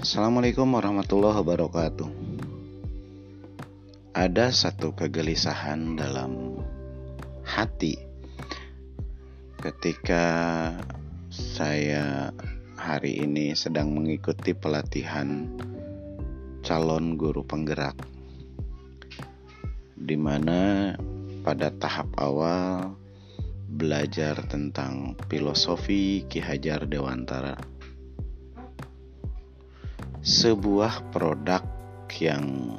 Assalamualaikum warahmatullahi wabarakatuh. Ada satu kegelisahan dalam hati ketika saya hari ini sedang mengikuti pelatihan calon guru penggerak, di mana pada tahap awal belajar tentang filosofi Ki Hajar Dewantara, sebuah produk yang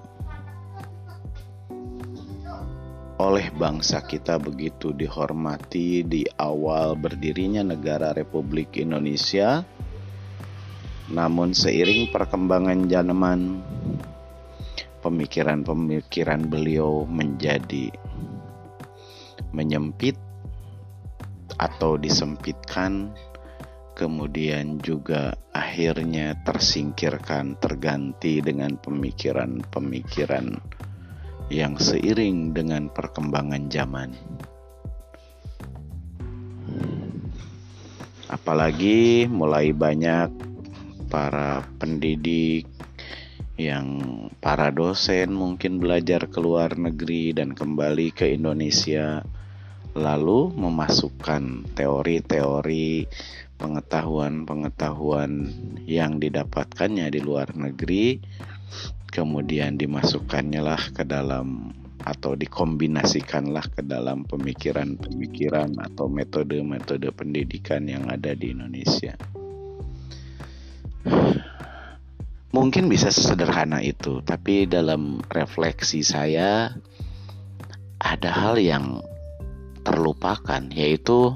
oleh bangsa kita begitu dihormati di awal berdirinya negara Republik Indonesia. Namun seiring perkembangan zaman, pemikiran-pemikiran beliau menjadi menyempit atau disempitkan, kemudian juga akhirnya tersingkirkan, terganti dengan pemikiran-pemikiran yang seiring dengan perkembangan zaman. Apalagi mulai banyak para pendidik para dosen mungkin belajar ke luar negeri dan kembali ke Indonesia, lalu memasukkan teori-teori pengetahuan yang didapatkannya di luar negeri, kemudian dimasukkannya lah ke dalam atau dikombinasikanlah ke dalam pemikiran-pemikiran atau metode-metode pendidikan yang ada di Indonesia. Mungkin bisa sesederhana itu, tapi dalam refleksi saya ada hal yang terlupakan, yaitu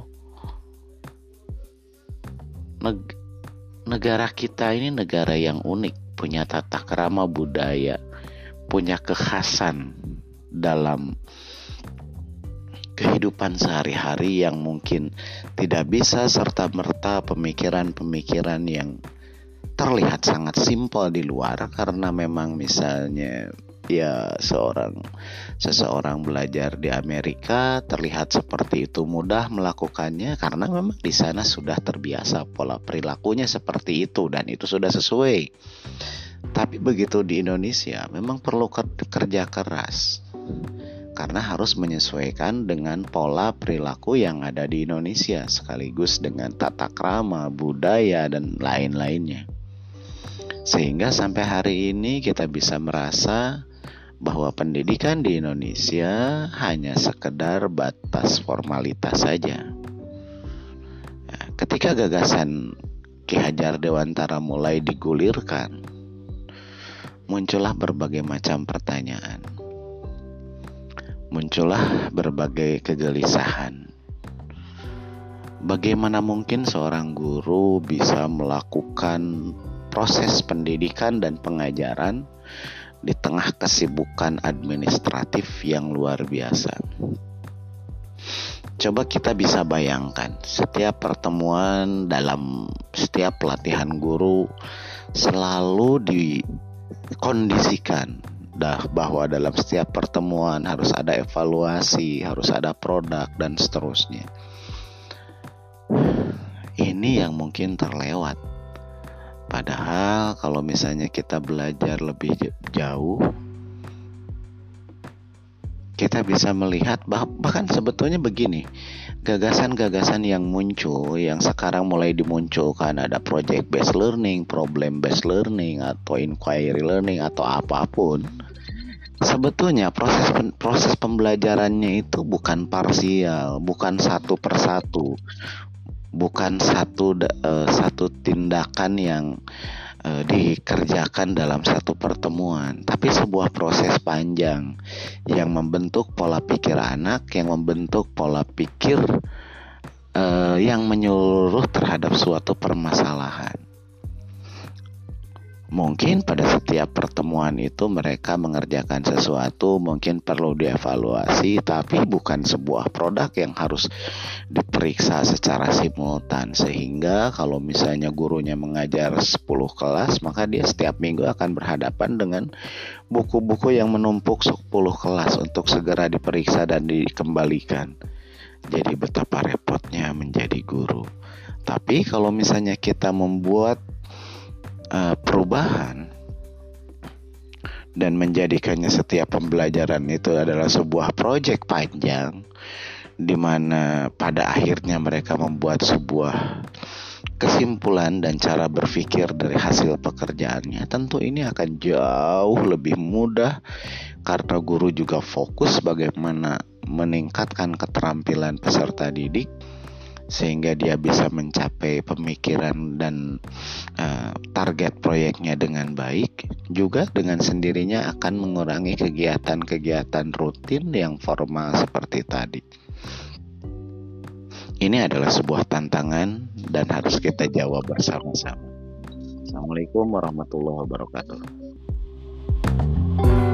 negara kita ini negara yang unik, punya tata krama budaya, punya kekhasan dalam kehidupan sehari-hari yang mungkin tidak bisa serta-merta pemikiran-pemikiran yang terlihat sangat simpel di luar, karena memang misalnya seseorang belajar di Amerika terlihat seperti itu mudah melakukannya karena memang di sana sudah terbiasa, pola perilakunya seperti itu dan itu sudah sesuai. Tapi begitu di Indonesia memang perlu kerja keras karena harus menyesuaikan dengan pola perilaku yang ada di Indonesia sekaligus dengan tata krama, budaya dan lain-lainnya. Sehingga sampai hari ini kita bisa merasa bahwa pendidikan di Indonesia hanya sekedar batas formalitas saja. Ketika gagasan Ki Hajar Dewantara mulai digulirkan, muncullah berbagai macam pertanyaan, muncullah berbagai kegelisahan. Bagaimana mungkin seorang guru bisa melakukan proses pendidikan dan pengajaran di tengah kesibukan administratif yang luar biasa? Coba kita bisa bayangkan, setiap pertemuan dalam setiap pelatihan guru selalu dikondisikan bahwa dalam setiap pertemuan harus ada evaluasi, harus ada produk dan seterusnya. Ini yang mungkin terlewat. Padahal kalau misalnya kita belajar lebih jauh, kita bisa melihat bahkan sebetulnya begini, gagasan-gagasan yang muncul, yang sekarang mulai dimunculkan, ada project based learning, problem based learning, atau inquiry learning, atau apapun. Sebetulnya proses pembelajarannya itu bukan parsial, bukan satu persatu, bukan satu tindakan yang dikerjakan dalam satu pertemuan, tapi sebuah proses panjang yang membentuk pola pikir anak, yang membentuk pola pikir yang menyeluruh terhadap suatu permasalahan. Mungkin pada setiap pertemuan itu mereka mengerjakan sesuatu, mungkin perlu dievaluasi, tapi bukan sebuah produk yang harus diperiksa secara simultan. Sehingga kalau misalnya gurunya mengajar 10 kelas, maka dia setiap minggu akan berhadapan dengan buku-buku yang menumpuk 10 kelas untuk segera diperiksa dan dikembalikan. Jadi betapa repotnya menjadi guru. Tapi kalau misalnya kita membuat perubahan dan menjadikannya setiap pembelajaran itu adalah sebuah proyek panjang, di mana pada akhirnya mereka membuat sebuah kesimpulan dan cara berpikir dari hasil pekerjaannya. Tentu ini akan jauh lebih mudah karena guru juga fokus bagaimana meningkatkan keterampilan peserta didik sehingga dia bisa mencapai pemikiran dan target proyeknya dengan baik. Juga dengan sendirinya akan mengurangi kegiatan-kegiatan rutin yang formal seperti tadi. Ini adalah sebuah tantangan dan harus kita jawab bersama-sama. Assalamualaikum warahmatullahi wabarakatuh.